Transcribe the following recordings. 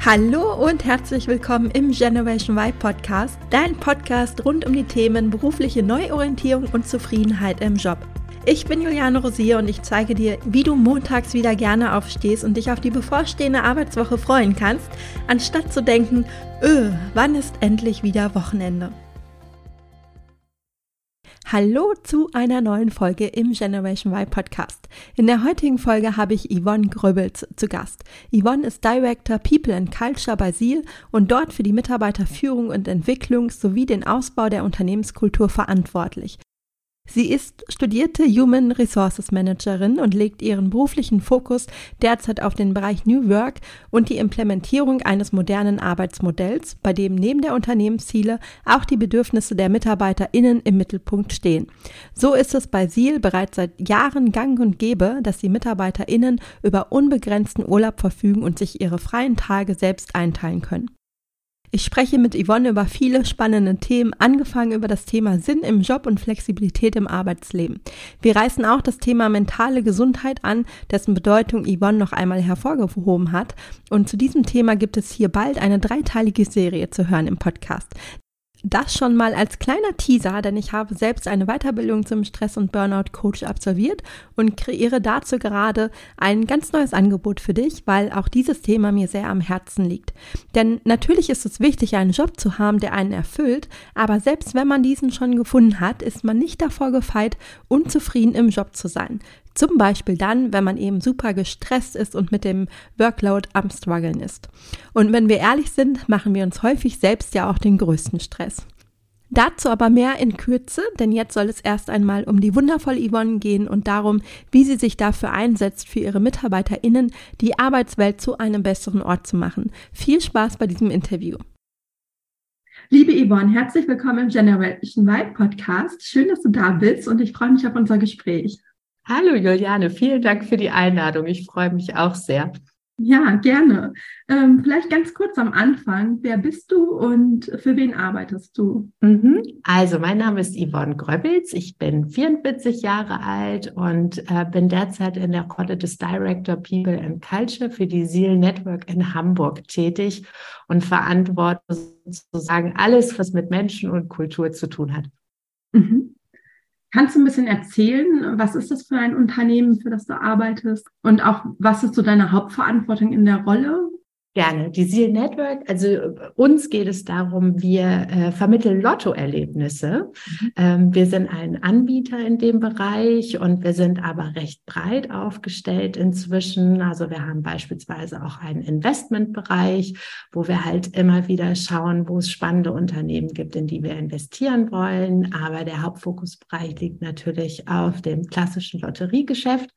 Hallo und herzlich willkommen im Generation Y Podcast, dein Podcast rund um die Themen berufliche Neuorientierung und Zufriedenheit im Job. Ich bin Juliane Rosier und ich zeige dir, wie du montags wieder gerne aufstehst und dich auf die bevorstehende Arbeitswoche freuen kannst, anstatt zu denken, wann ist endlich wieder Wochenende? Hallo zu einer neuen Folge im Generation Y Podcast. In der heutigen Folge habe ich Yvonne Gröbels zu Gast. Yvonne ist Director People and Culture bei SEAL und dort für die Mitarbeiterführung und Entwicklung sowie den Ausbau der Unternehmenskultur verantwortlich. Sie ist studierte Human Resources Managerin und legt ihren beruflichen Fokus derzeit auf den Bereich New Work und die Implementierung eines modernen Arbeitsmodells, bei dem neben der Unternehmensziele auch die Bedürfnisse der MitarbeiterInnen im Mittelpunkt stehen. So ist es bei SEAL bereits seit Jahren gang und gäbe, dass die MitarbeiterInnen über unbegrenzten Urlaub verfügen und sich ihre freien Tage selbst einteilen können. Ich spreche mit Yvonne über viele spannende Themen, angefangen über das Thema Sinn im Job und Flexibilität im Arbeitsleben. Wir reißen auch das Thema mentale Gesundheit an, dessen Bedeutung Yvonne noch einmal hervorgehoben hat. Und zu diesem Thema gibt es hier bald eine 3-teilige Serie zu hören im Podcast. Das schon mal als kleiner Teaser, denn ich habe selbst eine Weiterbildung zum Stress- und Burnout-Coach absolviert und kreiere dazu gerade ein ganz neues Angebot für dich, weil auch dieses Thema mir sehr am Herzen liegt. Denn natürlich ist es wichtig, einen Job zu haben, der einen erfüllt, aber selbst wenn man diesen schon gefunden hat, ist man nicht davor gefeit, unzufrieden im Job zu sein. Zum Beispiel dann, wenn man eben super gestresst ist und mit dem Workload am Struggeln ist. Und wenn wir ehrlich sind, machen wir uns häufig selbst ja auch den größten Stress. Dazu aber mehr in Kürze, denn jetzt soll es erst einmal um die wundervolle Yvonne gehen und darum, wie sie sich dafür einsetzt, für ihre MitarbeiterInnen die Arbeitswelt zu einem besseren Ort zu machen. Viel Spaß bei diesem Interview. Liebe Yvonne, herzlich willkommen im Generation Y Podcast. Schön, dass du da bist und ich freue mich auf unser Gespräch. Hallo Juliane, vielen Dank für die Einladung. Ich freue mich auch sehr. Ja, gerne. Vielleicht ganz kurz am Anfang. Wer bist du und für wen arbeitest du? Also, mein Name ist Yvonne Gröbels. Ich bin 44 Jahre alt und bin derzeit in der Rolle des Director People and Culture für die SEAL Network in Hamburg tätig und verantworte sozusagen alles, was mit Menschen und Kultur zu tun hat. Mhm. Kannst du ein bisschen erzählen, was ist das für ein Unternehmen, für das du arbeitest und auch was ist so deine Hauptverantwortung in der Rolle? Gerne. Die SEAL Network, also uns geht es darum, wir vermitteln Lottoerlebnisse. Wir sind ein Anbieter in dem Bereich und wir sind aber recht breit aufgestellt inzwischen. Also wir haben beispielsweise auch einen Investmentbereich, wo wir halt immer wieder schauen, wo es spannende Unternehmen gibt, in die wir investieren wollen. Aber der Hauptfokusbereich liegt natürlich auf dem klassischen Lotteriegeschäft.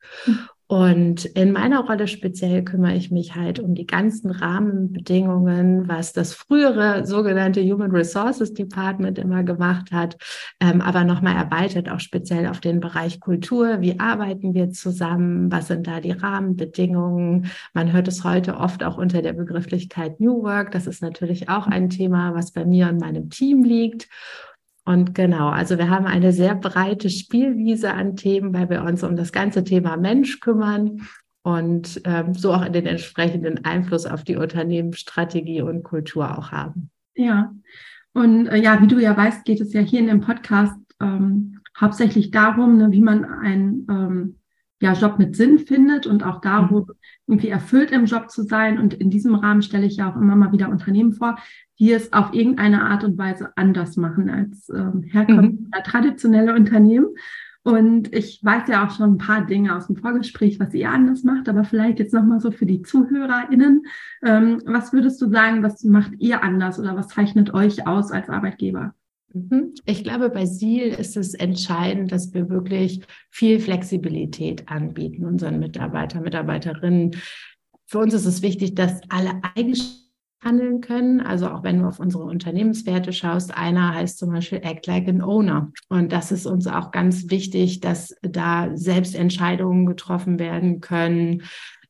Und in meiner Rolle speziell kümmere ich mich halt um die ganzen Rahmenbedingungen, was das frühere sogenannte Human Resources Department immer gemacht hat, aber nochmal erweitert auch speziell auf den Bereich Kultur. Wie arbeiten wir zusammen? Was sind da die Rahmenbedingungen? Man hört es heute oft auch unter der Begrifflichkeit New Work. Das ist natürlich auch ein Thema, was bei mir und meinem Team liegt. Und genau, also wir haben eine sehr breite Spielwiese an Themen, weil wir uns um das ganze Thema Mensch kümmern und so auch den entsprechenden Einfluss auf die Unternehmensstrategie und Kultur auch haben. Ja, und wie du ja weißt, geht es ja hier in dem Podcast hauptsächlich darum, ne, wie man einen Job mit Sinn findet und auch darum, irgendwie erfüllt im Job zu sein. Und in diesem Rahmen stelle ich ja auch immer mal wieder Unternehmen vor, die es auf irgendeine Art und Weise anders machen als herkömmliche traditionelle Unternehmen. Und ich weiß ja auch schon ein paar Dinge aus dem Vorgespräch, was ihr anders macht, aber vielleicht jetzt nochmal so für die ZuhörerInnen. Was würdest du sagen, was macht ihr anders oder was zeichnet euch aus als Arbeitgeber? Ich glaube, bei SEAL ist es entscheidend, dass wir wirklich viel Flexibilität anbieten unseren Mitarbeiterinnen. Für uns ist es wichtig, dass alle eigenständig handeln können. Also auch wenn du auf unsere Unternehmenswerte schaust, einer heißt zum Beispiel Act like an Owner. Und das ist uns auch ganz wichtig, dass da selbst Entscheidungen getroffen werden können,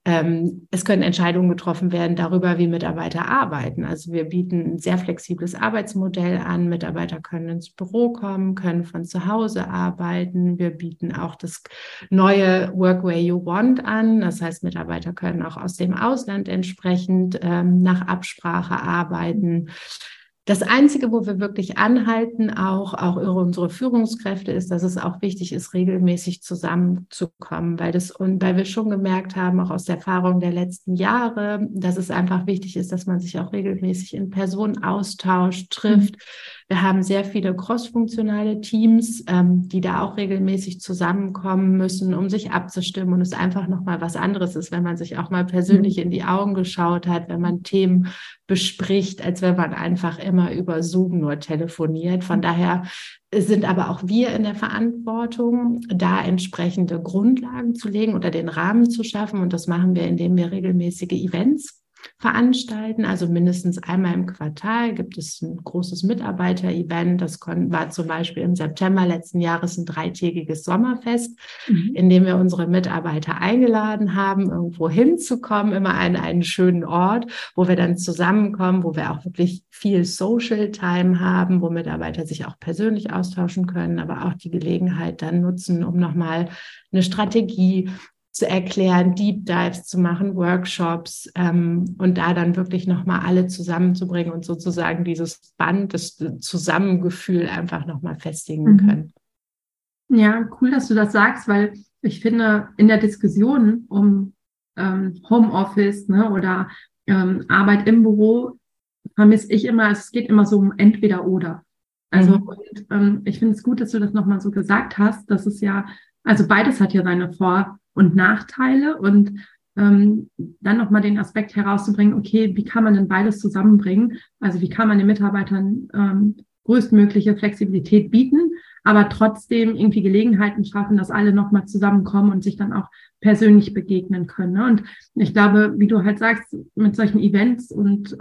Es können Entscheidungen getroffen werden darüber, wie Mitarbeiter arbeiten. Also wir bieten ein sehr flexibles Arbeitsmodell an. Mitarbeiter können ins Büro kommen, können von zu Hause arbeiten. Wir bieten auch das neue Work Where You Want an. Das heißt, Mitarbeiter können auch aus dem Ausland entsprechend nach Absprache arbeiten. Das Einzige, wo wir wirklich anhalten, auch unsere Führungskräfte, ist, dass es auch wichtig ist, regelmäßig zusammenzukommen, weil wir schon gemerkt haben, auch aus der Erfahrung der letzten Jahre, dass es einfach wichtig ist, dass man sich auch regelmäßig in Person austauscht, trifft. Wir haben sehr viele crossfunktionale Teams, die da auch regelmäßig zusammenkommen müssen, um sich abzustimmen, und es einfach nochmal was anderes ist, wenn man sich auch mal persönlich in die Augen geschaut hat, wenn man Themen bespricht, als wenn man einfach immer über Zoom nur telefoniert. Von daher sind aber auch wir in der Verantwortung, da entsprechende Grundlagen zu legen oder den Rahmen zu schaffen. Und das machen wir, indem wir regelmäßige Events veranstalten. Also mindestens einmal im Quartal gibt es ein großes Mitarbeiter-Event. Das war zum Beispiel im September letzten Jahres ein 3-tägiges Sommerfest, in dem wir unsere Mitarbeiter eingeladen haben, irgendwo hinzukommen, immer an einen schönen Ort, wo wir dann zusammenkommen, wo wir auch wirklich viel Social Time haben, wo Mitarbeiter sich auch persönlich austauschen können, aber auch die Gelegenheit dann nutzen, um nochmal eine Strategie zu erklären, Deep Dives zu machen, Workshops, und da dann wirklich nochmal alle zusammenzubringen und sozusagen dieses Band, das Zusammengefühl einfach nochmal festigen können. Ja, cool, dass du das sagst, weil ich finde, in der Diskussion um Homeoffice, ne, oder Arbeit im Büro vermisse ich immer, es geht immer so um entweder oder. Also und, ich finde es gut, dass du das nochmal so gesagt hast, dass es ja, also beides hat ja seine Vor- und Nachteile, und dann nochmal den Aspekt herauszubringen, okay, wie kann man denn beides zusammenbringen? Also wie kann man den Mitarbeitern größtmögliche Flexibilität bieten, aber trotzdem irgendwie Gelegenheiten schaffen, dass alle nochmal zusammenkommen und sich dann auch persönlich begegnen können. Ne? Und ich glaube, wie du halt sagst, mit solchen Events und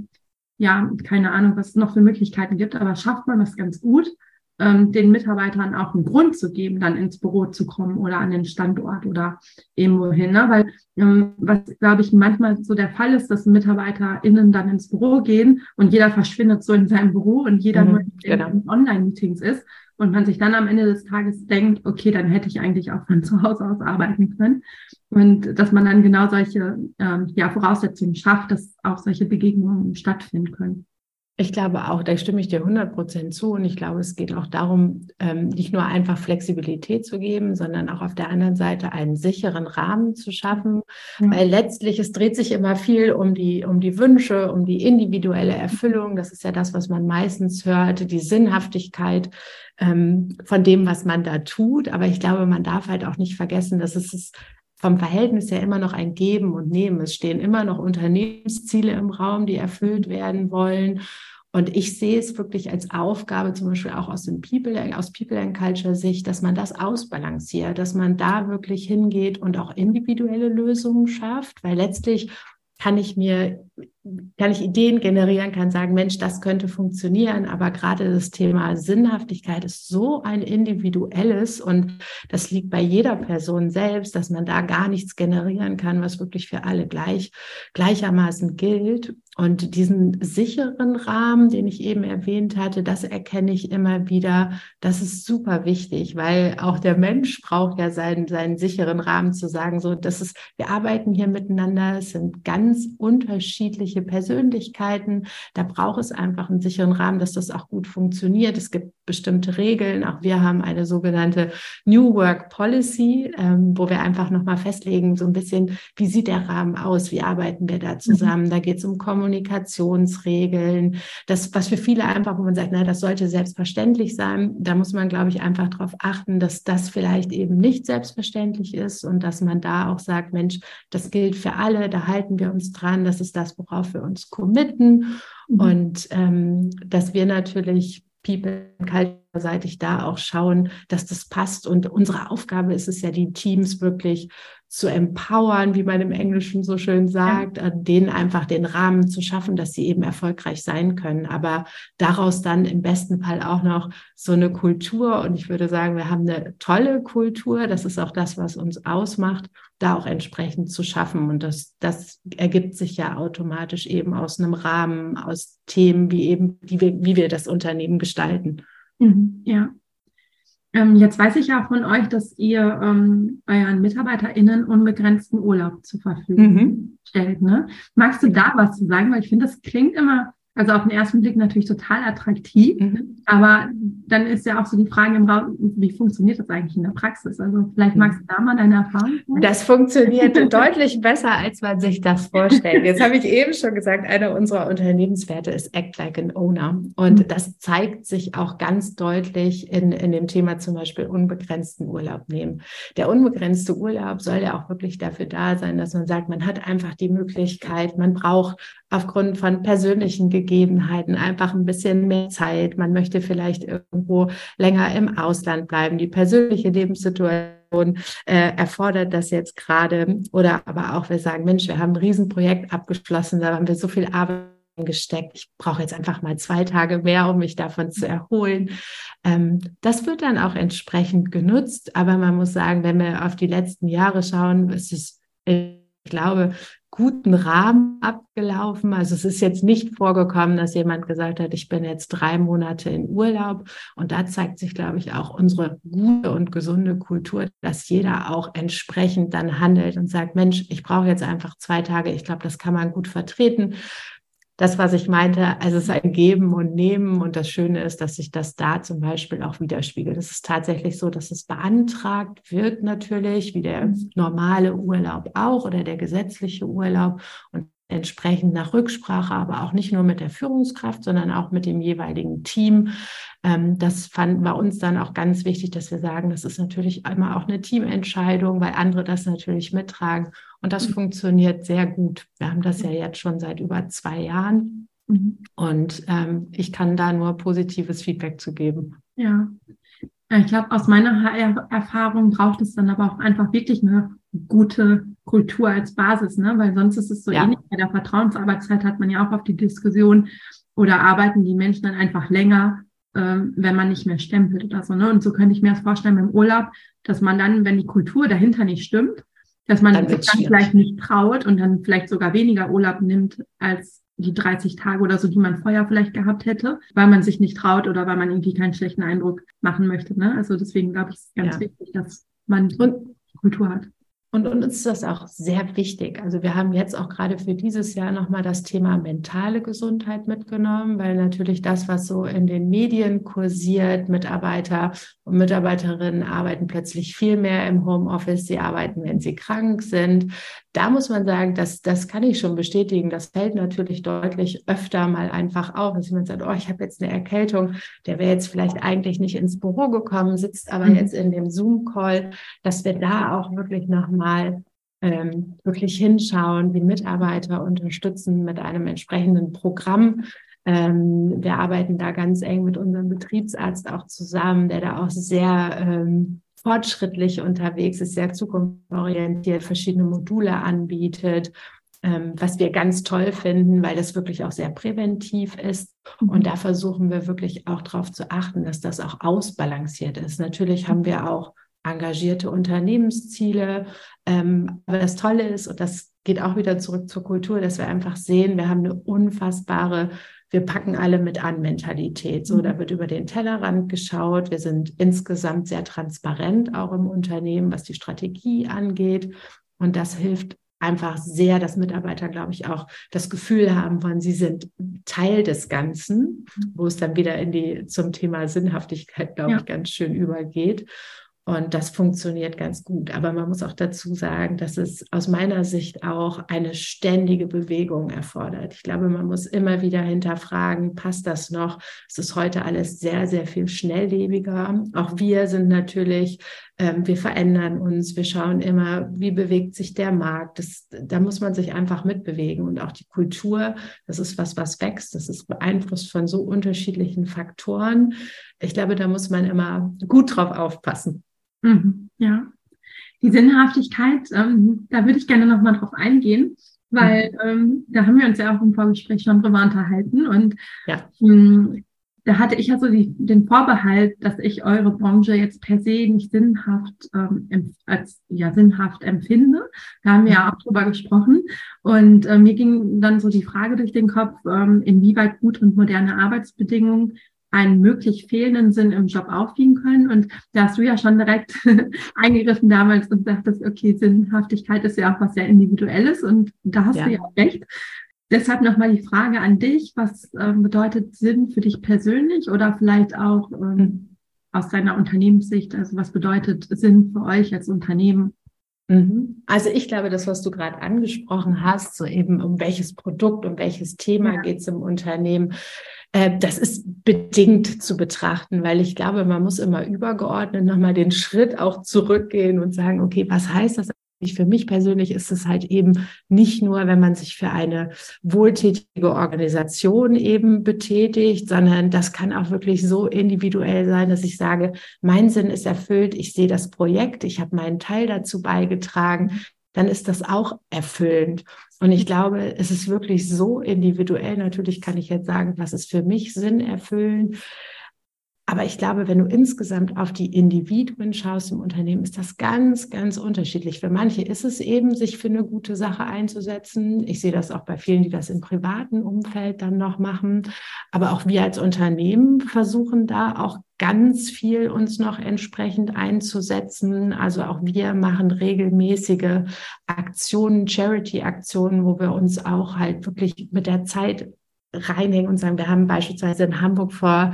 ja, keine Ahnung, was es noch für Möglichkeiten gibt, aber schafft man das ganz gut, den Mitarbeitern auch einen Grund zu geben, dann ins Büro zu kommen oder an den Standort oder irgendwo hin. Ne? Weil was, glaube ich, manchmal so der Fall ist, dass MitarbeiterInnen dann ins Büro gehen und jeder verschwindet so in seinem Büro und jeder nur in Online-Meetings ist und man sich dann am Ende des Tages denkt, okay, dann hätte ich eigentlich auch von zu Hause aus arbeiten können. Und dass man dann genau solche Voraussetzungen schafft, dass auch solche Begegnungen stattfinden können. Ich glaube auch, da stimme ich dir 100% zu, und ich glaube, es geht auch darum, nicht nur einfach Flexibilität zu geben, sondern auch auf der anderen Seite einen sicheren Rahmen zu schaffen, weil letztlich, es dreht sich immer viel um die Wünsche, um die individuelle Erfüllung. Das ist ja das, was man meistens hört, die Sinnhaftigkeit von dem, was man da tut. Aber ich glaube, man darf halt auch nicht vergessen, dass es vom Verhältnis her immer noch ein Geben und Nehmen. Es stehen immer noch Unternehmensziele im Raum, die erfüllt werden wollen. Und ich sehe es wirklich als Aufgabe, zum Beispiel auch aus People and Culture Sicht, dass man das ausbalanciert, dass man da wirklich hingeht und auch individuelle Lösungen schafft, weil letztlich kann ich Ideen generieren, kann sagen, Mensch, das könnte funktionieren, aber gerade das Thema Sinnhaftigkeit ist so ein individuelles, und das liegt bei jeder Person selbst, dass man da gar nichts generieren kann, was wirklich für alle gleichermaßen gilt. Und diesen sicheren Rahmen, den ich eben erwähnt hatte, das erkenne ich immer wieder. Das ist super wichtig, weil auch der Mensch braucht ja seinen sicheren Rahmen, zu sagen, so, wir arbeiten hier miteinander, es sind ganz unterschiedliche Persönlichkeiten. Da braucht es einfach einen sicheren Rahmen, dass das auch gut funktioniert. Es gibt bestimmte Regeln. Auch wir haben eine sogenannte New Work Policy, wo wir einfach nochmal festlegen, so ein bisschen, wie sieht der Rahmen aus? Wie arbeiten wir da zusammen? Da geht es um Kommunikationsregeln. Das, was für viele einfach, wo man sagt, na, das sollte selbstverständlich sein. Da muss man, glaube ich, einfach darauf achten, dass das vielleicht eben nicht selbstverständlich ist, und dass man da auch sagt, Mensch, das gilt für alle, da halten wir uns dran, das ist das, worauf wir uns committen. Und dass wir natürlich People and Culture seitig da auch schauen, dass das passt. Und unsere Aufgabe ist es ja, die Teams wirklich zu empowern, wie man im Englischen so schön sagt, denen einfach den Rahmen zu schaffen, dass sie eben erfolgreich sein können. Aber daraus dann im besten Fall auch noch so eine Kultur. Und ich würde sagen, wir haben eine tolle Kultur. Das ist auch das, was uns ausmacht, da auch entsprechend zu schaffen. Und das ergibt sich ja automatisch eben aus einem Rahmen, aus Themen, wie wir das Unternehmen gestalten. Ja. Jetzt weiß ich ja von euch, dass ihr euren MitarbeiterInnen unbegrenzten Urlaub zur Verfügung stellt. Ne? Magst du da was zu sagen? Weil ich finde, das klingt immer, also auf den ersten Blick natürlich total attraktiv, aber dann ist ja auch so die Frage im Raum, wie funktioniert das eigentlich in der Praxis? Also vielleicht magst du da mal deine Erfahrung sagen? Das funktioniert deutlich besser, als man sich das vorstellt. Jetzt habe ich eben schon gesagt, einer unserer Unternehmenswerte ist Act like an Owner. Und das zeigt sich auch ganz deutlich in dem Thema zum Beispiel unbegrenzten Urlaub nehmen. Der unbegrenzte Urlaub soll ja auch wirklich dafür da sein, dass man sagt, man hat einfach die Möglichkeit, man braucht aufgrund von persönlichen Gegebenheiten einfach ein bisschen mehr Zeit. Man möchte vielleicht irgendwo länger im Ausland bleiben. Die persönliche Lebenssituation erfordert das jetzt gerade. Oder aber auch wir sagen, Mensch, wir haben ein Riesenprojekt abgeschlossen, da haben wir so viel Arbeit gesteckt. Ich brauche jetzt einfach mal 2 Tage mehr, um mich davon zu erholen. Das wird dann auch entsprechend genutzt. Aber man muss sagen, wenn wir auf die letzten Jahre schauen, ist es, ich glaube, guten Rahmen abgelaufen. Also es ist jetzt nicht vorgekommen, dass jemand gesagt hat, ich bin jetzt 3 Monate in Urlaub. Und da zeigt sich, glaube ich, auch unsere gute und gesunde Kultur, dass jeder auch entsprechend dann handelt und sagt, Mensch, ich brauche jetzt einfach 2 Tage. Ich glaube, das kann man gut vertreten. Das, was ich meinte, also es ist ein Geben und Nehmen und das Schöne ist, dass sich das da zum Beispiel auch widerspiegelt. Es ist tatsächlich so, dass es beantragt wird natürlich, wie der normale Urlaub auch oder der gesetzliche Urlaub und entsprechend nach Rücksprache, aber auch nicht nur mit der Führungskraft, sondern auch mit dem jeweiligen Team. Das fanden bei uns dann auch ganz wichtig, dass wir sagen, das ist natürlich immer auch eine Teamentscheidung, weil andere das natürlich mittragen. Und das funktioniert sehr gut. Wir haben das ja jetzt schon seit über 2 Jahren. Und ich kann da nur positives Feedback zu geben. Ja, ich glaube, aus meiner HR-Erfahrung braucht es dann aber auch einfach wirklich eine gute Kultur als Basis, ne? Weil sonst ist es so ähnlich. Bei der Vertrauensarbeitszeit hat man ja auch oft die Diskussion, oder arbeiten die Menschen dann einfach länger, wenn man nicht mehr stempelt oder so. Ne? Und so könnte ich mir das vorstellen beim Urlaub, dass man dann, wenn die Kultur dahinter nicht stimmt, dass man sich dann vielleicht nicht traut und dann vielleicht sogar weniger Urlaub nimmt als die 30 Tage oder so, die man vorher vielleicht gehabt hätte, weil man sich nicht traut oder weil man irgendwie keinen schlechten Eindruck machen möchte. Ne? Also deswegen glaube ich, ist es ganz wichtig, dass man die Kultur hat. Und uns ist das auch sehr wichtig. Also wir haben jetzt auch gerade für dieses Jahr nochmal das Thema mentale Gesundheit mitgenommen, weil natürlich das, was so in den Medien kursiert, Mitarbeiter und Mitarbeiterinnen arbeiten plötzlich viel mehr im Homeoffice, sie arbeiten, wenn sie krank sind. Da muss man sagen, das kann ich schon bestätigen. Das fällt natürlich deutlich öfter mal einfach auf, dass jemand sagt, oh, ich habe jetzt eine Erkältung, der wäre jetzt vielleicht eigentlich nicht ins Büro gekommen, sitzt aber jetzt in dem Zoom-Call, dass wir da auch wirklich nochmal wirklich hinschauen, die Mitarbeiter unterstützen mit einem entsprechenden Programm. Wir arbeiten da ganz eng mit unserem Betriebsarzt auch zusammen, der da auch sehr fortschrittlich unterwegs ist, sehr zukunftsorientiert, verschiedene Module anbietet, was wir ganz toll finden, weil das wirklich auch sehr präventiv ist. Und da versuchen wir wirklich auch darauf zu achten, dass das auch ausbalanciert ist. Natürlich haben wir auch engagierte Unternehmensziele, aber das Tolle ist, und das geht auch wieder zurück zur Kultur, dass wir einfach sehen, wir haben eine unfassbare, wir packen alle mit an Mentalität. So, da wird über den Tellerrand geschaut. Wir sind insgesamt sehr transparent, auch im Unternehmen, was die Strategie angeht. Und das hilft einfach sehr, dass Mitarbeiter, glaube ich, auch das Gefühl haben wollen, sie sind Teil des Ganzen, wo es dann wieder zum Thema Sinnhaftigkeit, glaube ich, ganz schön übergeht. Und das funktioniert ganz gut. Aber man muss auch dazu sagen, dass es aus meiner Sicht auch eine ständige Bewegung erfordert. Ich glaube, man muss immer wieder hinterfragen, passt das noch? Es ist heute alles sehr, sehr viel schnelllebiger. Auch wir sind natürlich Wir verändern uns, wir schauen immer, wie bewegt sich der Markt. Da muss man sich einfach mitbewegen. Und auch die Kultur, das ist was wächst, das ist beeinflusst von so unterschiedlichen Faktoren. Ich glaube, da muss man immer gut drauf aufpassen. Ja, die Sinnhaftigkeit, da würde ich gerne nochmal drauf eingehen, weil da haben wir uns ja auch im Vorgespräch schon drüber unterhalten und da hatte ich ja so den Vorbehalt, dass ich eure Branche jetzt per se nicht sinnhaft sinnhaft empfinde. Da haben wir ja auch drüber gesprochen und mir ging dann so die Frage durch den Kopf, inwieweit gute und moderne Arbeitsbedingungen einen möglich fehlenden Sinn im Job aufwiegen können. Und da hast du ja schon direkt eingegriffen damals und sagtest, okay, Sinnhaftigkeit ist ja auch was sehr Individuelles und da hast du ja auch recht. Deshalb nochmal die Frage an dich, was bedeutet Sinn für dich persönlich oder vielleicht auch aus deiner Unternehmenssicht, also was bedeutet Sinn für euch als Unternehmen? Also ich glaube, das, was du gerade angesprochen hast, so eben um welches Produkt, um welches Thema geht es im Unternehmen, das ist bedingt zu betrachten, weil ich glaube, man muss immer übergeordnet nochmal den Schritt auch zurückgehen und sagen, okay, was heißt das? Für mich persönlich ist es halt eben nicht nur, wenn man sich für eine wohltätige Organisation eben betätigt, sondern das kann auch wirklich so individuell sein, dass ich sage, mein Sinn ist erfüllt, ich sehe das Projekt, ich habe meinen Teil dazu beigetragen, dann ist das auch erfüllend. Und ich glaube, es ist wirklich so individuell. Natürlich kann ich jetzt sagen, was ist für mich Sinn erfüllend. Aber ich glaube, wenn du insgesamt auf die Individuen schaust im Unternehmen, ist das ganz, ganz unterschiedlich. Für manche ist es eben, sich für eine gute Sache einzusetzen. Ich sehe das auch bei vielen, die das im privaten Umfeld dann noch machen. Aber auch wir als Unternehmen versuchen da auch ganz viel uns noch entsprechend einzusetzen. Also auch wir machen regelmäßige Aktionen, Charity-Aktionen, wo wir uns auch halt wirklich mit der Zeit reinhängen und sagen, wir haben beispielsweise in Hamburg vor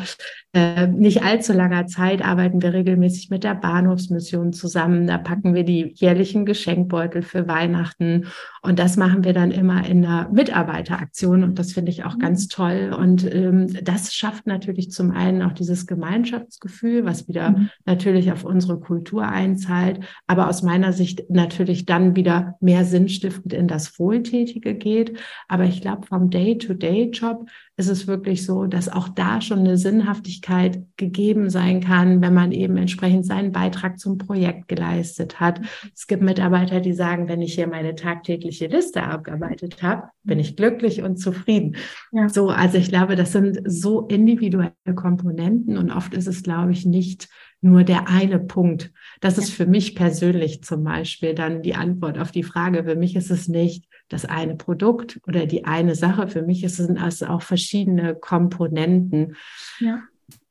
nicht allzu langer Zeit arbeiten wir regelmäßig mit der Bahnhofsmission zusammen. Da packen wir die jährlichen Geschenkbeutel für Weihnachten und das machen wir dann immer in einer Mitarbeiteraktion und das finde ich auch ganz toll und das schafft natürlich zum einen auch dieses Gemeinschaftsgefühl, was wieder natürlich auf unsere Kultur einzahlt, aber aus meiner Sicht natürlich dann wieder mehr sinnstiftend in das Wohltätige geht. Aber ich glaube, vom Day-to-Day-Job ist es wirklich so, dass auch da schon eine Sinnhaftigkeit gegeben sein kann, wenn man eben entsprechend seinen Beitrag zum Projekt geleistet hat. Es gibt Mitarbeiter, die sagen, wenn ich hier meine tagtägliche Liste abgearbeitet habe, bin ich glücklich und zufrieden. Ja. So, also ich glaube, das sind so individuelle Komponenten und oft ist es, glaube ich, nicht nur der eine Punkt. Das ist für mich persönlich zum Beispiel dann die Antwort auf die Frage. Für mich ist es nicht das eine Produkt oder die eine Sache. Für mich sind es auch verschiedene Komponenten. Ja.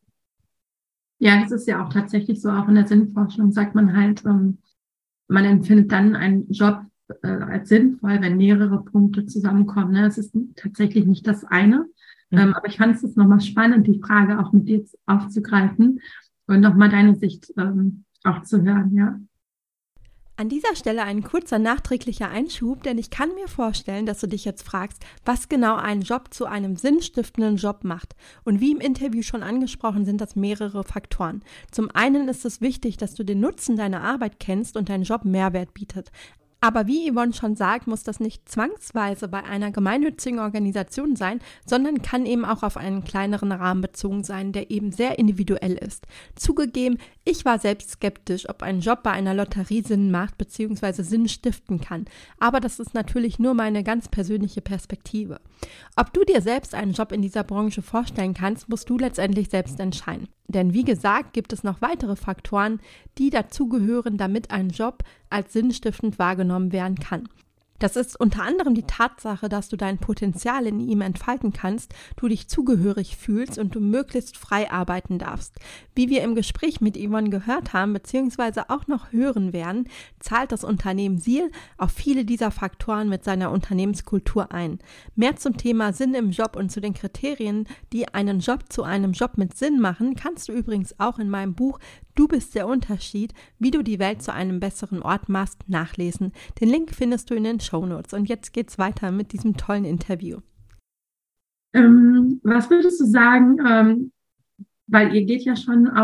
Ja, das ist ja auch tatsächlich so. Auch in der Sinnforschung sagt man halt, man empfindet dann einen Job als sinnvoll, wenn mehrere Punkte zusammenkommen. Ne? Es ist tatsächlich nicht das eine. Aber ich fand es jetzt nochmal spannend, die Frage auch mit dir aufzugreifen. Und nochmal deine Sicht auch zu hören, ja. An dieser Stelle ein kurzer nachträglicher Einschub, denn ich kann mir vorstellen, dass du dich jetzt fragst, was genau einen Job zu einem sinnstiftenden Job macht. Und wie im Interview schon angesprochen, sind das mehrere Faktoren. Zum einen ist es wichtig, dass du den Nutzen deiner Arbeit kennst und dein Job Mehrwert bietet. Aber wie Yvonne schon sagt, muss das nicht zwangsweise bei einer gemeinnützigen Organisation sein, sondern kann eben auch auf einen kleineren Rahmen bezogen sein, der eben sehr individuell ist. Zugegeben, ich war selbst skeptisch, ob ein Job bei einer Lotterie Sinn macht bzw. Sinn stiften kann. Aber das ist natürlich nur meine ganz persönliche Perspektive. Ob du dir selbst einen Job in dieser Branche vorstellen kannst, musst du letztendlich selbst entscheiden. Denn wie gesagt, gibt es noch weitere Faktoren, die dazugehören, damit ein Job als sinnstiftend wahrgenommen werden kann. Das ist unter anderem die Tatsache, dass du dein Potenzial in ihm entfalten kannst, du dich zugehörig fühlst und du möglichst frei arbeiten darfst. Wie wir im Gespräch mit Yvonne gehört haben, beziehungsweise auch noch hören werden, zahlt das Unternehmen SIL auf viele dieser Faktoren mit seiner Unternehmenskultur ein. Mehr zum Thema Sinn im Job und zu den Kriterien, die einen Job zu einem Job mit Sinn machen, kannst du übrigens auch in meinem Buch Du bist der Unterschied, wie du die Welt zu einem besseren Ort machst, nachlesen. Den Link findest du in den Shownotes. Und jetzt geht's weiter mit diesem tollen Interview. Was würdest du sagen, weil ihr geht ja schon auch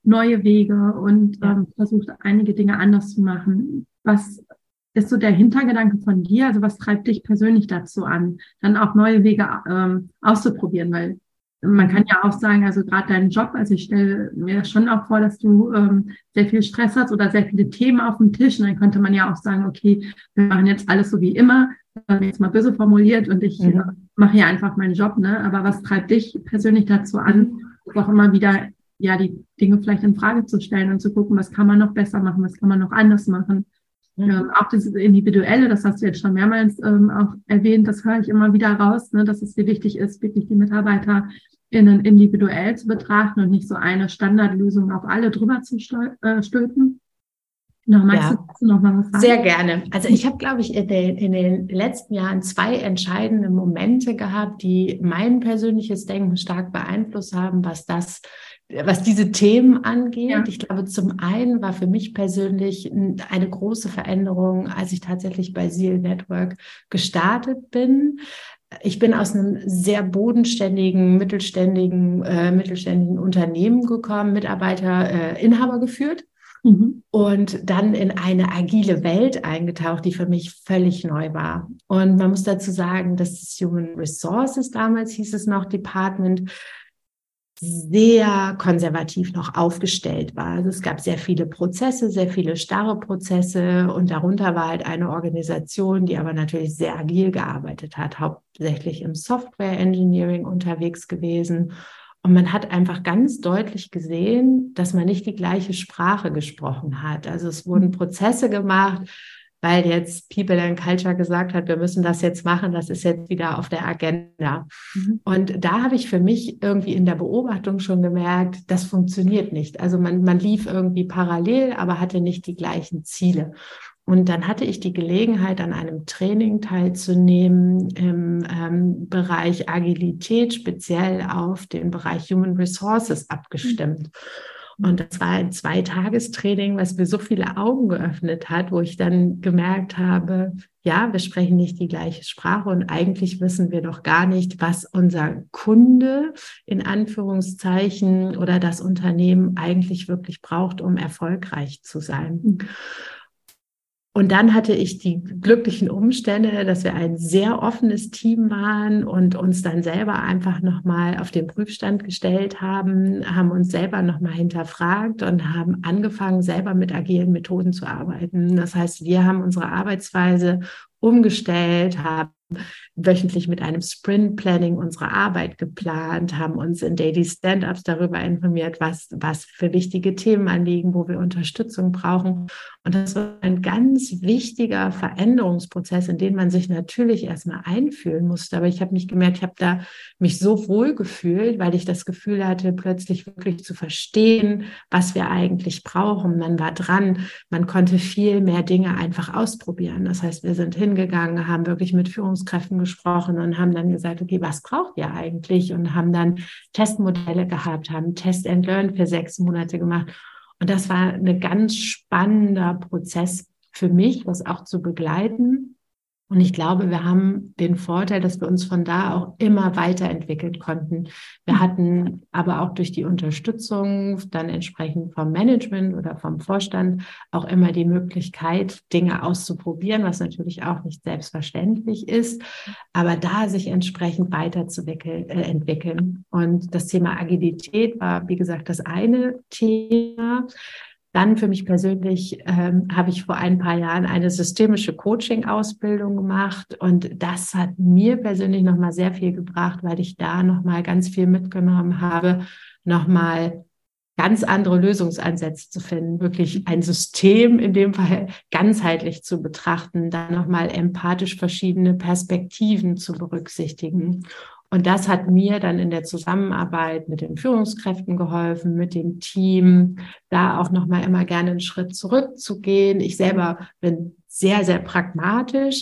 neue Wege und versucht, einige Dinge anders zu machen. Was ist so der Hintergedanke von dir? Also was treibt dich persönlich dazu an, dann auch neue Wege auszuprobieren? Weil man kann ja auch sagen, also gerade deinen Job, also ich stelle mir schon auch vor, dass du sehr viel Stress hast oder sehr viele Themen auf dem Tisch. Und dann könnte man ja auch sagen, okay, wir machen jetzt alles so wie immer, jetzt mal böse formuliert und ich mache ja einfach meinen Job, ne? Aber was treibt dich persönlich dazu an, auch immer wieder ja die Dinge vielleicht in Frage zu stellen und zu gucken, was kann man noch besser machen, was kann man noch anders machen? Auch das Individuelle, das hast du jetzt schon mehrmals auch erwähnt, das höre ich immer wieder raus, ne, dass es dir wichtig ist, wirklich die MitarbeiterInnen individuell zu betrachten und nicht so eine Standardlösung auf alle drüber zu stülpen. Magst du noch mal was sagen? Sehr gerne. Also ich habe, glaube ich, in den letzten Jahren 2 entscheidende Momente gehabt, die mein persönliches Denken stark beeinflusst haben, was diese Themen angeht. Ja. Ich glaube, zum einen war für mich persönlich eine große Veränderung, als ich tatsächlich bei Seal Network gestartet bin. Ich bin aus einem sehr bodenständigen, mittelständigen Unternehmen gekommen, Mitarbeiter, Inhaber geführt. Und dann in eine agile Welt eingetaucht, die für mich völlig neu war. Und man muss dazu sagen, dass das Human Resources, damals hieß es noch, Department, sehr konservativ noch aufgestellt war. Also es gab sehr viele Prozesse, sehr viele starre Prozesse und darunter war halt eine Organisation, die aber natürlich sehr agil gearbeitet hat, hauptsächlich im Software Engineering unterwegs gewesen. Und man hat einfach ganz deutlich gesehen, dass man nicht die gleiche Sprache gesprochen hat. Also es wurden Prozesse gemacht, weil jetzt People and Culture gesagt hat, wir müssen das jetzt machen, das ist jetzt wieder auf der Agenda. Und da habe ich für mich irgendwie in der Beobachtung schon gemerkt, das funktioniert nicht. Also man lief irgendwie parallel, aber hatte nicht die gleichen Ziele. Und dann hatte ich die Gelegenheit, an einem Training teilzunehmen im Bereich Agilität, speziell auf den Bereich Human Resources abgestimmt. Und das war ein 2-Tagestraining, was mir so viele Augen geöffnet hat, wo ich dann gemerkt habe, ja, wir sprechen nicht die gleiche Sprache und eigentlich wissen wir doch gar nicht, was unser Kunde in Anführungszeichen oder das Unternehmen eigentlich wirklich braucht, um erfolgreich zu sein. Und dann hatte ich die glücklichen Umstände, dass wir ein sehr offenes Team waren und uns dann selber einfach nochmal auf den Prüfstand gestellt haben uns selber nochmal hinterfragt und haben angefangen, selber mit agilen Methoden zu arbeiten. Das heißt, wir haben unsere Arbeitsweise umgestellt, haben wöchentlich mit einem Sprint-Planning unsere Arbeit geplant, haben uns in Daily Stand-Ups darüber informiert, was für wichtige Themen anliegen, wo wir Unterstützung brauchen. Und das war ein ganz wichtiger Veränderungsprozess, in den man sich natürlich erstmal einfühlen musste. Aber ich habe mich gemerkt, ich habe da mich so wohl gefühlt, weil ich das Gefühl hatte, plötzlich wirklich zu verstehen, was wir eigentlich brauchen. Man war dran, man konnte viel mehr Dinge einfach ausprobieren. Das heißt, wir sind hingegangen, haben wirklich mit Führungskräften gesprochen und haben dann gesagt, okay, was braucht ihr eigentlich? Und haben dann Testmodelle gehabt, haben Test and Learn für 6 Monate gemacht. Und das war ein ganz spannender Prozess für mich, das auch zu begleiten. Und ich glaube, wir haben den Vorteil, dass wir uns von da auch immer weiterentwickeln konnten. Wir hatten aber auch durch die Unterstützung dann entsprechend vom Management oder vom Vorstand auch immer die Möglichkeit, Dinge auszuprobieren, was natürlich auch nicht selbstverständlich ist, aber da sich entsprechend weiterzuentwickeln. Und das Thema Agilität war, wie gesagt, das eine Thema. Dann für mich persönlich habe ich vor ein paar Jahren eine systemische Coaching-Ausbildung gemacht und das hat mir persönlich nochmal sehr viel gebracht, weil ich da nochmal ganz viel mitgenommen habe, nochmal ganz andere Lösungsansätze zu finden, wirklich ein System in dem Fall ganzheitlich zu betrachten, dann nochmal empathisch verschiedene Perspektiven zu berücksichtigen. Und das hat mir dann in der Zusammenarbeit mit den Führungskräften geholfen, mit dem Team, da auch nochmal immer gerne einen Schritt zurückzugehen. Ich selber bin sehr, sehr pragmatisch,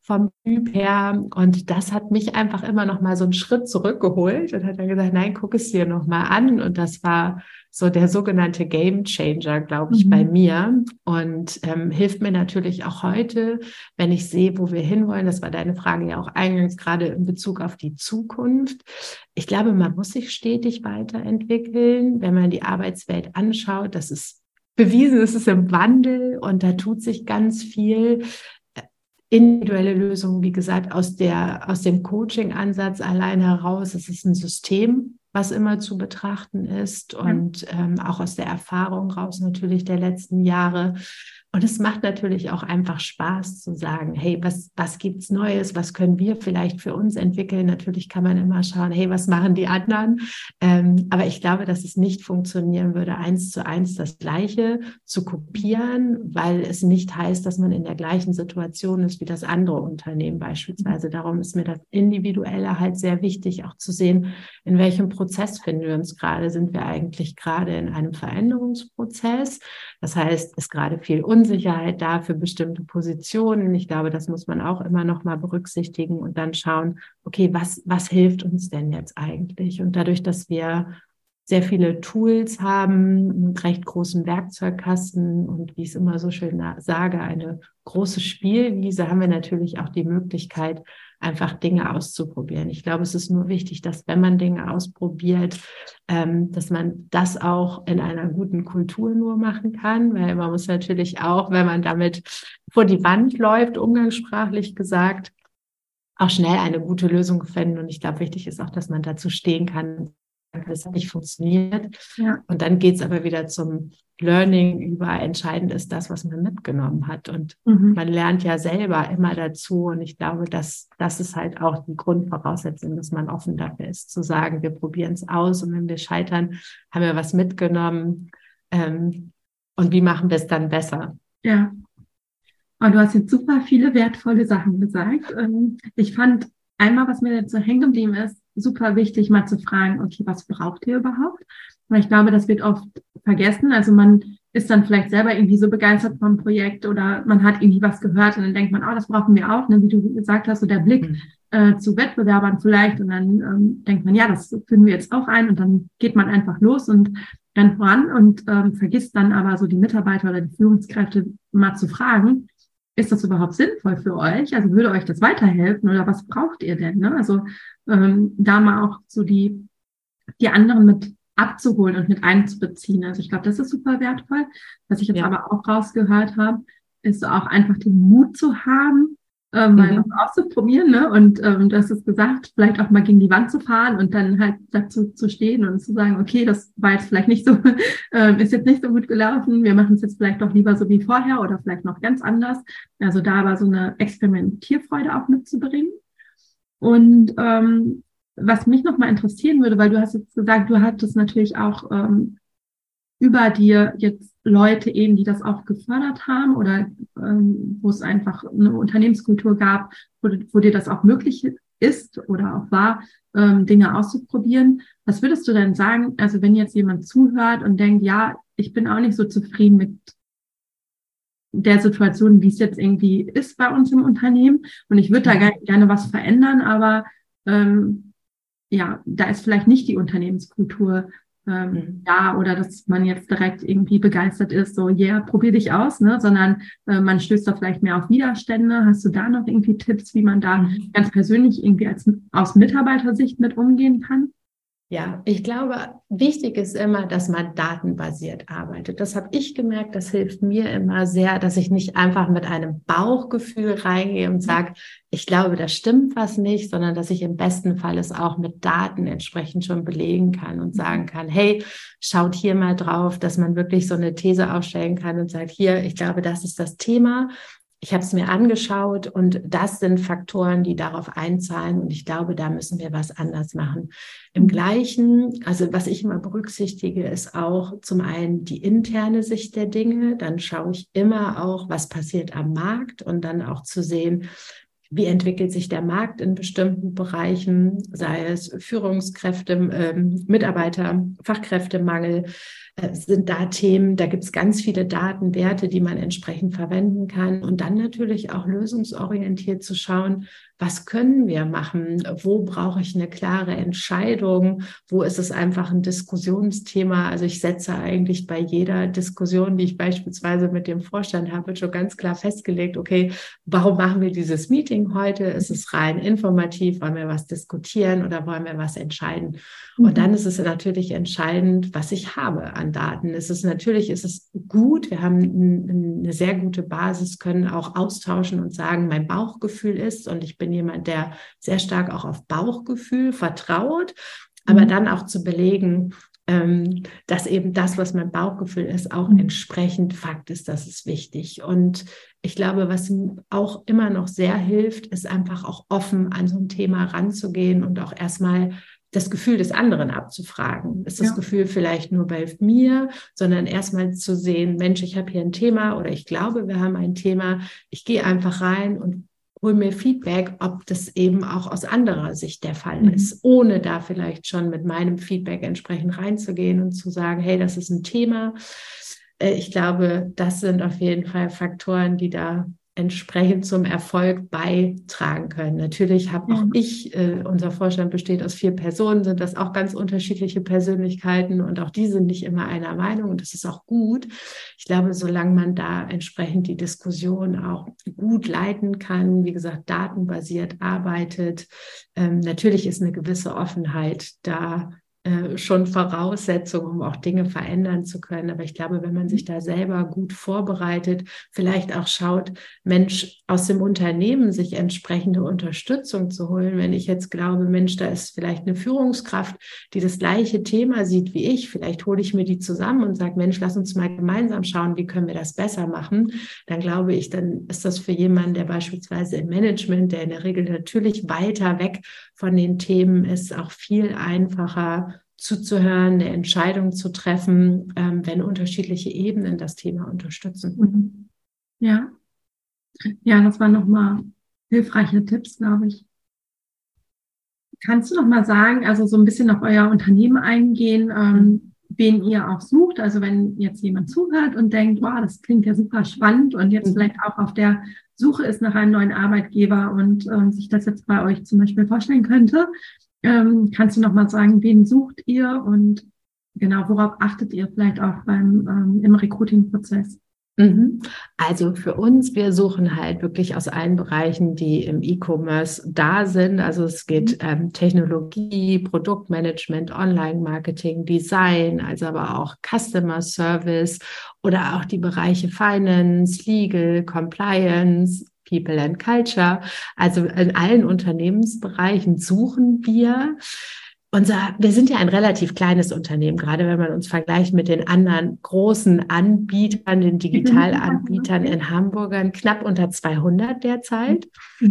vom Typ her. Und das hat mich einfach immer noch mal so einen Schritt zurückgeholt und hat dann gesagt, nein, guck es dir noch mal an. Und das war so der sogenannte Game Changer, glaube ich, bei mir und hilft mir natürlich auch heute, wenn ich sehe, wo wir hinwollen. Das war deine Frage ja auch eingangs, gerade in Bezug auf die Zukunft. Ich glaube, man muss sich stetig weiterentwickeln. Wenn man die Arbeitswelt anschaut, das ist bewiesen, es ist im Wandel und da tut sich ganz viel. Individuelle Lösungen, wie gesagt, aus dem Coaching-Ansatz allein heraus. Es ist ein System, was immer zu betrachten ist und auch aus der Erfahrung raus natürlich der letzten Jahre. Und es macht natürlich auch einfach Spaß zu sagen, hey, was gibt's Neues? Was können wir vielleicht für uns entwickeln? Natürlich kann man immer schauen, hey, was machen die anderen? Aber ich glaube, dass es nicht funktionieren würde, 1:1 das Gleiche zu kopieren, weil es nicht heißt, dass man in der gleichen Situation ist wie das andere Unternehmen beispielsweise. Darum ist mir das Individuelle halt sehr wichtig, auch zu sehen, in welchem Prozess finden wir uns gerade. Sind wir eigentlich gerade in einem Veränderungsprozess? Das heißt, ist gerade viel Unsicherheit da für bestimmte Positionen. Ich glaube, das muss man auch immer noch mal berücksichtigen und dann schauen, okay, was hilft uns denn jetzt eigentlich? Und dadurch, dass wir sehr viele Tools haben, einen recht großen Werkzeugkasten und wie ich es immer so schön sage, eine große Spielwiese, haben wir natürlich auch die Möglichkeit, einfach Dinge auszuprobieren. Ich glaube, es ist nur wichtig, dass wenn man Dinge ausprobiert, dass man das auch in einer guten Kultur nur machen kann, weil man muss natürlich auch, wenn man damit vor die Wand läuft, umgangssprachlich gesagt, auch schnell eine gute Lösung finden. Und ich glaube, wichtig ist auch, dass man dazu stehen kann, das hat nicht funktioniert. Ja. Und dann geht es aber wieder zum Learning über. Entscheidend ist das, was man mitgenommen hat. Und man lernt ja selber immer dazu. Und ich glaube, das ist halt auch die Grundvoraussetzung, dass man offen dafür ist, zu sagen, wir probieren es aus. Und wenn wir scheitern, haben wir was mitgenommen. Und wie machen wir es dann besser? Ja. Und du hast jetzt super viele wertvolle Sachen gesagt. Ich fand einmal, was mir jetzt so hängen geblieben ist, super wichtig, mal zu fragen, okay, was braucht ihr überhaupt? Weil ich glaube, das wird oft vergessen. Also man ist dann vielleicht selber irgendwie so begeistert vom Projekt oder man hat irgendwie was gehört und dann denkt man, oh, das brauchen wir auch, ne? Wie du gesagt hast, so der Blick zu Wettbewerbern vielleicht und dann denkt man, ja, das führen wir jetzt auch ein und dann geht man einfach los und rennt voran und vergisst dann aber so die Mitarbeiter oder die Führungskräfte mal zu fragen, ist das überhaupt sinnvoll für euch? Also würde euch das weiterhelfen oder was braucht ihr denn? Ne? Also da mal auch so die anderen mit abzuholen und mit einzubeziehen. Also ich glaube, das ist super wertvoll. Was ich jetzt aber auch rausgehört habe, ist auch einfach den Mut zu haben, mal was auszuprobieren. Ne? Und du hast es gesagt, vielleicht auch mal gegen die Wand zu fahren und dann halt dazu zu stehen und zu sagen, okay, das war jetzt vielleicht nicht so, ist jetzt nicht so gut gelaufen. Wir machen es jetzt vielleicht doch lieber so wie vorher oder vielleicht noch ganz anders. Also da aber so eine Experimentierfreude auch mitzubringen. Und was mich noch mal interessieren würde, weil du hast jetzt gesagt, du hattest natürlich auch über dir jetzt Leute eben, die das auch gefördert haben oder wo es einfach eine Unternehmenskultur gab, wo dir das auch möglich ist oder auch war, Dinge auszuprobieren. Was würdest du denn sagen, also wenn jetzt jemand zuhört und denkt, ja, ich bin auch nicht so zufrieden mit der Situation, wie es jetzt irgendwie ist bei uns im Unternehmen und ich würde da gerne was verändern, aber ja, da ist vielleicht nicht die Unternehmenskultur da oder dass man jetzt direkt irgendwie begeistert ist, so, probier dich aus, ne, sondern man stößt da vielleicht mehr auf Widerstände. Hast du da noch irgendwie Tipps, wie man da ganz persönlich irgendwie aus Mitarbeitersicht mit umgehen kann? Ja, ich glaube, wichtig ist immer, dass man datenbasiert arbeitet. Das habe ich gemerkt, das hilft mir immer sehr, dass ich nicht einfach mit einem Bauchgefühl reingehe und sage, ich glaube, da stimmt was nicht, sondern dass ich im besten Fall es auch mit Daten entsprechend schon belegen kann und sagen kann, hey, schaut hier mal drauf, dass man wirklich so eine These aufstellen kann und sagt, hier, ich glaube, das ist das Thema. Ich habe es mir angeschaut und das sind Faktoren, die darauf einzahlen und ich glaube, da müssen wir was anders machen. Im Gleichen, also was ich immer berücksichtige, ist auch zum einen die interne Sicht der Dinge, dann schaue ich immer auch, was passiert am Markt und dann auch zu sehen, wie entwickelt sich der Markt in bestimmten Bereichen, sei es Führungskräfte, Mitarbeiter, Fachkräftemangel, sind da Themen, da gibt es ganz viele Datenwerte, die man entsprechend verwenden kann und dann natürlich auch lösungsorientiert zu schauen, was können wir machen, wo brauche ich eine klare Entscheidung, wo ist es einfach ein Diskussionsthema. Also ich setze eigentlich bei jeder Diskussion, die ich beispielsweise mit dem Vorstand habe, schon ganz klar festgelegt, okay, warum machen wir dieses Meeting heute? Ist es rein informativ? Wollen wir was diskutieren oder wollen wir was entscheiden? Und dann ist es natürlich entscheidend, was ich habe an Daten. Es ist gut, wir haben eine sehr gute Basis, können auch austauschen und sagen, mein Bauchgefühl ist, und ich bin jemand, der sehr stark auch auf Bauchgefühl vertraut, aber dann auch zu belegen, dass eben das, was mein Bauchgefühl ist, auch entsprechend Fakt ist, das ist wichtig. Und ich glaube, was auch immer noch sehr hilft, ist einfach auch offen an so ein Thema ranzugehen und auch erstmal das Gefühl des anderen abzufragen. Ist das Gefühl vielleicht nur bei mir, sondern erstmal zu sehen, Mensch, ich habe hier ein Thema oder ich glaube, wir haben ein Thema. Ich gehe einfach rein und hol mir Feedback, ob das eben auch aus anderer Sicht der Fall ist, ohne da vielleicht schon mit meinem Feedback entsprechend reinzugehen und zu sagen, hey, das ist ein Thema. Ich glaube, das sind auf jeden Fall Faktoren, die da entsprechend zum Erfolg beitragen können. Natürlich habe auch ich, unser Vorstand besteht aus 4 Personen, sind das auch ganz unterschiedliche Persönlichkeiten und auch die sind nicht immer einer Meinung und das ist auch gut. Ich glaube, solange man da entsprechend die Diskussion auch gut leiten kann, wie gesagt, datenbasiert arbeitet, natürlich ist eine gewisse Offenheit da schon Voraussetzung, um auch Dinge verändern zu können. Aber ich glaube, wenn man sich da selber gut vorbereitet, vielleicht auch schaut, Mensch, aus dem Unternehmen sich entsprechende Unterstützung zu holen. Wenn ich jetzt glaube, Mensch, da ist vielleicht eine Führungskraft, die das gleiche Thema sieht wie ich, vielleicht hole ich mir die zusammen und sage, Mensch, lass uns mal gemeinsam schauen, wie können wir das besser machen. Dann glaube ich, dann ist das für jemanden, der beispielsweise im Management, der in der Regel natürlich weiter weg von den Themen ist, auch viel einfacher zuzuhören, eine Entscheidung zu treffen, wenn unterschiedliche Ebenen das Thema unterstützen. Ja, das waren nochmal hilfreiche Tipps, glaube ich. Kannst du noch mal sagen, also so ein bisschen auf euer Unternehmen eingehen, wen ihr auch sucht? Also wenn jetzt jemand zuhört und denkt, wow, das klingt ja super spannend und jetzt vielleicht auch auf der Suche ist nach einem neuen Arbeitgeber und sich das jetzt bei euch zum Beispiel vorstellen könnte, kannst du noch mal sagen, wen sucht ihr und genau, worauf achtet ihr vielleicht auch im Recruiting-Prozess? Also für uns, wir suchen halt wirklich aus allen Bereichen, die im E-Commerce da sind. Also es geht Technologie, Produktmanagement, Online-Marketing, Design, also aber auch Customer Service oder auch die Bereiche Finance, Legal, Compliance, People and Culture. Also in allen Unternehmensbereichen suchen wir. Wir sind ja ein relativ kleines Unternehmen, gerade wenn man uns vergleicht mit den anderen großen Anbietern, den Digitalanbietern in Hamburg, knapp unter 200 derzeit.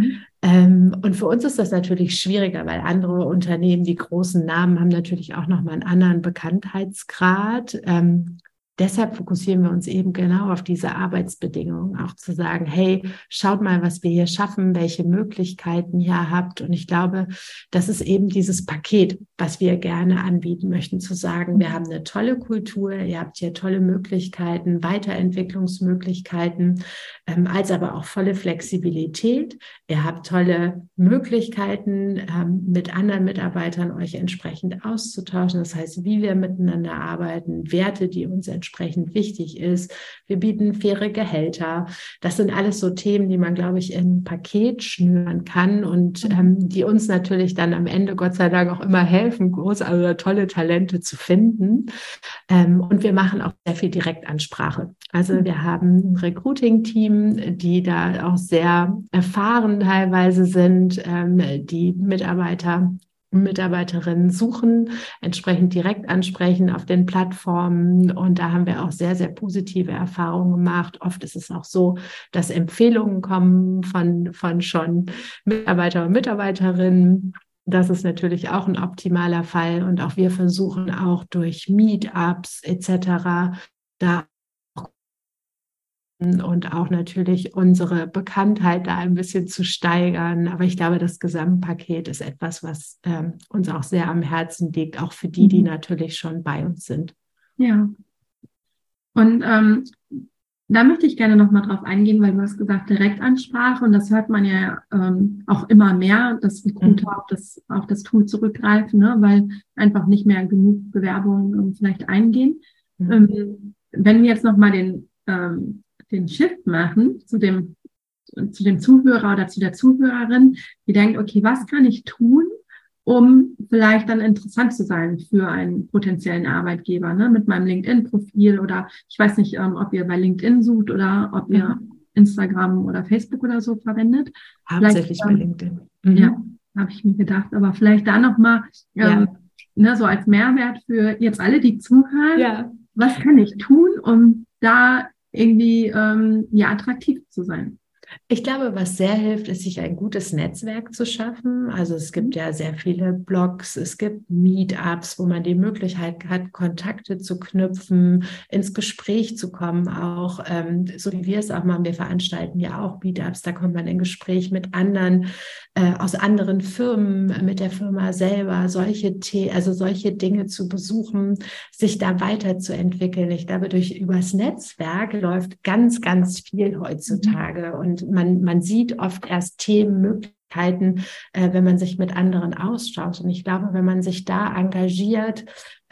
Und für uns ist das natürlich schwieriger, weil andere Unternehmen, die großen Namen, haben natürlich auch nochmal einen anderen Bekanntheitsgrad. Deshalb fokussieren wir uns eben genau auf diese Arbeitsbedingungen, auch zu sagen, hey, schaut mal, was wir hier schaffen, welche Möglichkeiten ihr habt. Und ich glaube, das ist eben dieses Paket, was wir gerne anbieten möchten, zu sagen, wir haben eine tolle Kultur, ihr habt hier tolle Möglichkeiten, Weiterentwicklungsmöglichkeiten, als aber auch volle Flexibilität. Ihr habt tolle Möglichkeiten, mit anderen Mitarbeitern euch entsprechend auszutauschen. Das heißt, wie wir miteinander arbeiten, Werte, die uns entsprechend wichtig ist. Wir bieten faire Gehälter. Das sind alles so Themen, die man, glaube ich, in ein Paket schnüren kann und die uns natürlich dann am Ende, Gott sei Dank, auch immer helfen, tolle Talente zu finden. Und wir machen auch sehr viel Direktansprache. Also wir haben ein Recruiting-Team, die da auch sehr erfahren teilweise sind, die Mitarbeiterinnen suchen, entsprechend direkt ansprechen auf den Plattformen. Und da haben wir auch sehr, sehr positive Erfahrungen gemacht. Oft ist es auch so, dass Empfehlungen kommen von schon Mitarbeiter und Mitarbeiterinnen. Das ist natürlich auch ein optimaler Fall. Und auch wir versuchen auch durch Meetups etc. da und auch natürlich unsere Bekanntheit da ein bisschen zu steigern. Aber ich glaube, das Gesamtpaket ist etwas, was uns auch sehr am Herzen liegt, auch für die natürlich schon bei uns sind. Ja. Und da möchte ich gerne nochmal drauf eingehen, weil du hast gesagt, Direktansprache, und das hört man ja auch immer mehr, dass Recruiter auf das Tool zurückgreifen, ne, weil einfach nicht mehr genug Bewerbungen vielleicht eingehen. Wenn wir jetzt nochmal den Shift machen zu dem Zuhörer oder zu der Zuhörerin, die denkt, okay, was kann ich tun, um vielleicht dann interessant zu sein für einen potenziellen Arbeitgeber, ne, mit meinem LinkedIn-Profil, oder ich weiß nicht, ob ihr bei LinkedIn sucht oder ob ihr Instagram oder Facebook oder so verwendet. Hauptsächlich bei LinkedIn. Ja, habe ich mir gedacht, aber vielleicht da nochmal ne, so als Mehrwert für jetzt alle, die zuhören, was kann ich tun, um da irgendwie attraktiv zu sein? Ich glaube, was sehr hilft, ist, sich ein gutes Netzwerk zu schaffen. Also es gibt ja sehr viele Blogs, es gibt Meetups, wo man die Möglichkeit hat, Kontakte zu knüpfen, ins Gespräch zu kommen auch, so wie wir es auch machen. Wir veranstalten ja auch Meetups, da kommt man in Gespräch mit anderen, aus anderen Firmen, mit der Firma selber, solche Dinge zu besuchen, sich da weiterzuentwickeln. Ich glaube, übers Netzwerk läuft ganz, ganz viel heutzutage, und man sieht oft erst Themen, Möglichkeiten, wenn man sich mit anderen austauscht. Und ich glaube, wenn man sich da engagiert,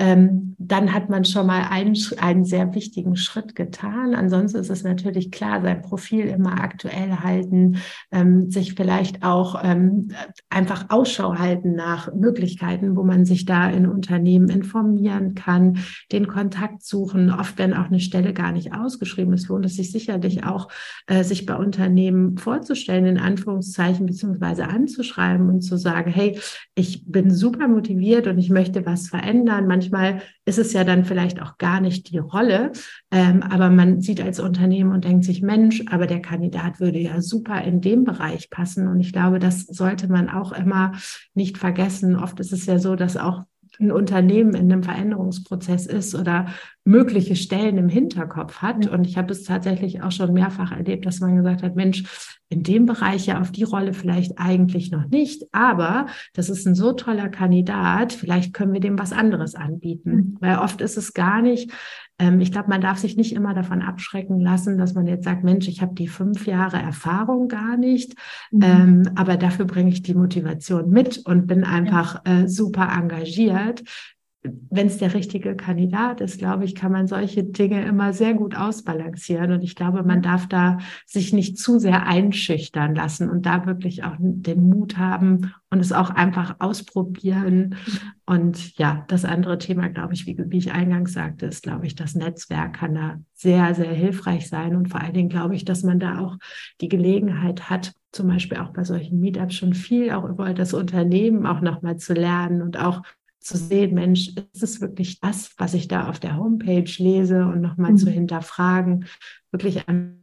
dann hat man schon mal einen sehr wichtigen Schritt getan. Ansonsten ist es natürlich klar, sein Profil immer aktuell halten, sich vielleicht auch einfach Ausschau halten nach Möglichkeiten, wo man sich da in Unternehmen informieren kann, den Kontakt suchen. Oft, wenn auch eine Stelle gar nicht ausgeschrieben ist, lohnt es sich sicherlich auch, sich bei Unternehmen vorzustellen, in Anführungszeichen, beziehungsweise anzuschreiben und zu sagen, hey, ich bin super motiviert und ich möchte was verändern. Manchmal ist es ja dann vielleicht auch gar nicht die Rolle, aber man sieht als Unternehmen und denkt sich, Mensch, aber der Kandidat würde ja super in dem Bereich passen. Und ich glaube, das sollte man auch immer nicht vergessen. Oft ist es ja so, dass auch ein Unternehmen in einem Veränderungsprozess ist oder mögliche Stellen im Hinterkopf hat. Und ich habe es tatsächlich auch schon mehrfach erlebt, dass man gesagt hat, Mensch, in dem Bereich ja auf die Rolle vielleicht eigentlich noch nicht, aber das ist ein so toller Kandidat, vielleicht können wir dem was anderes anbieten. Weil oft ist es gar nicht, ich glaube, man darf sich nicht immer davon abschrecken lassen, dass man jetzt sagt, Mensch, ich habe die 5 Jahre Erfahrung gar nicht, aber dafür bringe ich die Motivation mit und bin einfach super engagiert. Wenn es der richtige Kandidat ist, glaube ich, kann man solche Dinge immer sehr gut ausbalancieren. Und ich glaube, man darf da sich nicht zu sehr einschüchtern lassen und da wirklich auch den Mut haben und es auch einfach ausprobieren. Und ja, das andere Thema, glaube ich, wie ich eingangs sagte, ist, glaube ich, das Netzwerk kann da sehr, sehr hilfreich sein. Und vor allen Dingen glaube ich, dass man da auch die Gelegenheit hat, zum Beispiel auch bei solchen Meetups schon viel auch über das Unternehmen auch nochmal zu lernen und auch zu sehen, Mensch, ist es wirklich das, was ich da auf der Homepage lese, und nochmal zu hinterfragen, wirklich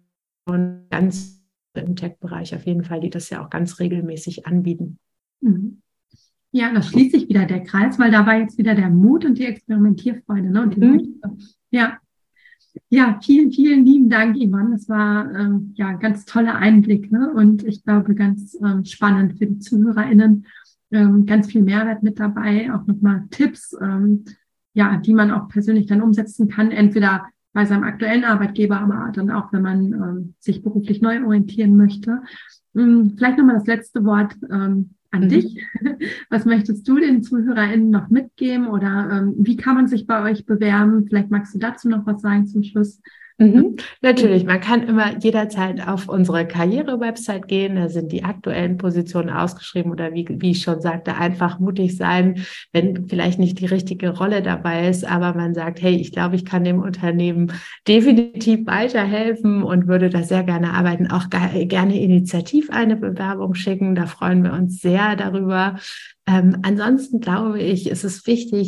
ganz im Tech-Bereich auf jeden Fall, die das ja auch ganz regelmäßig anbieten. Ja, da schließt sich wieder der Kreis, weil da war jetzt wieder der Mut und die Experimentierfreude, ne? Und die Ja, vielen, vielen lieben Dank, Yvonne. Das war ein ganz toller Einblick, ne? Und ich glaube, ganz spannend für die ZuhörerInnen. Ganz viel Mehrwert mit dabei, auch nochmal Tipps, die man auch persönlich dann umsetzen kann, entweder bei seinem aktuellen Arbeitgeber, aber dann auch, wenn man sich beruflich neu orientieren möchte. Vielleicht nochmal das letzte Wort an dich. Was möchtest du den ZuhörerInnen noch mitgeben, oder wie kann man sich bei euch bewerben? Vielleicht magst du dazu noch was sagen zum Schluss. Natürlich, man kann immer jederzeit auf unsere Karriere-Website gehen, da sind die aktuellen Positionen ausgeschrieben, oder wie ich schon sagte, einfach mutig sein, wenn vielleicht nicht die richtige Rolle dabei ist, aber man sagt, hey, ich glaube, ich kann dem Unternehmen definitiv weiterhelfen und würde da sehr gerne arbeiten, auch gerne initiativ eine Bewerbung schicken, da freuen wir uns sehr darüber. Ansonsten glaube ich, ist es wichtig,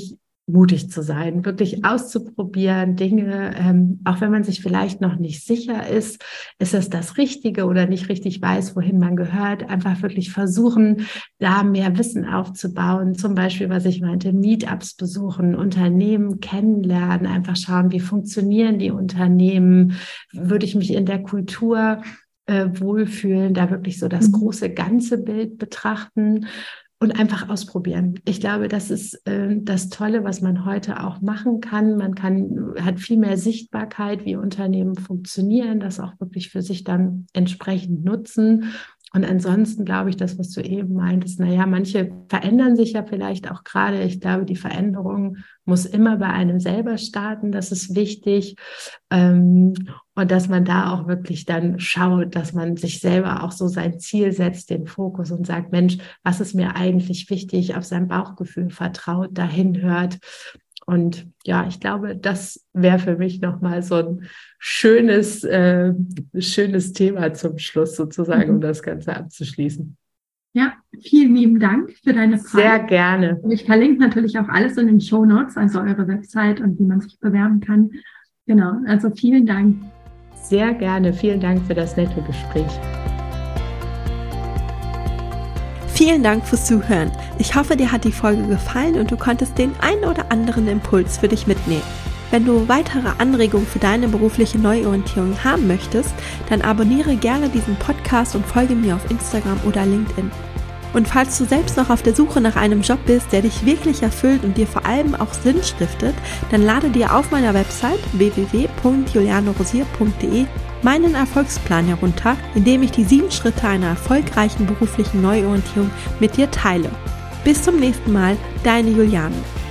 mutig zu sein, wirklich auszuprobieren, Dinge, auch wenn man sich vielleicht noch nicht sicher ist es das Richtige oder nicht richtig weiß, wohin man gehört, einfach wirklich versuchen, da mehr Wissen aufzubauen, zum Beispiel, was ich meinte, Meetups besuchen, Unternehmen kennenlernen, einfach schauen, wie funktionieren die Unternehmen, würde ich mich in der Kultur wohlfühlen, da wirklich so das große ganze Bild betrachten. Und einfach ausprobieren. Ich glaube, das ist das Tolle, was man heute auch machen kann. Hat viel mehr Sichtbarkeit, wie Unternehmen funktionieren, das auch wirklich für sich dann entsprechend nutzen. Und ansonsten glaube ich, das, was du eben meintest, manche verändern sich ja vielleicht auch gerade. Ich glaube, die Veränderung muss immer bei einem selber starten. Das ist wichtig. Und dass man da auch wirklich dann schaut, dass man sich selber auch so sein Ziel setzt, den Fokus und sagt, Mensch, was ist mir eigentlich wichtig, auf sein Bauchgefühl vertraut, dahin hört. Und ja, ich glaube, das wäre für mich nochmal so ein schönes Thema zum Schluss sozusagen, um das Ganze abzuschließen. Ja, vielen lieben Dank für deine Zeit. Sehr gerne. Und ich verlinke natürlich auch alles in den Shownotes, also eure Website und wie man sich bewerben kann. Genau, also vielen Dank. Sehr gerne. Vielen Dank für das nette Gespräch. Vielen Dank fürs Zuhören. Ich hoffe, dir hat die Folge gefallen und du konntest den einen oder anderen Impuls für dich mitnehmen. Wenn du weitere Anregungen für deine berufliche Neuorientierung haben möchtest, dann abonniere gerne diesen Podcast und folge mir auf Instagram oder LinkedIn. Und falls du selbst noch auf der Suche nach einem Job bist, der dich wirklich erfüllt und dir vor allem auch Sinn stiftet, dann lade dir auf meiner Website www.julianerosier.de meinen Erfolgsplan herunter, in dem ich die 7 Schritte einer erfolgreichen beruflichen Neuorientierung mit dir teile. Bis zum nächsten Mal, deine Juliane.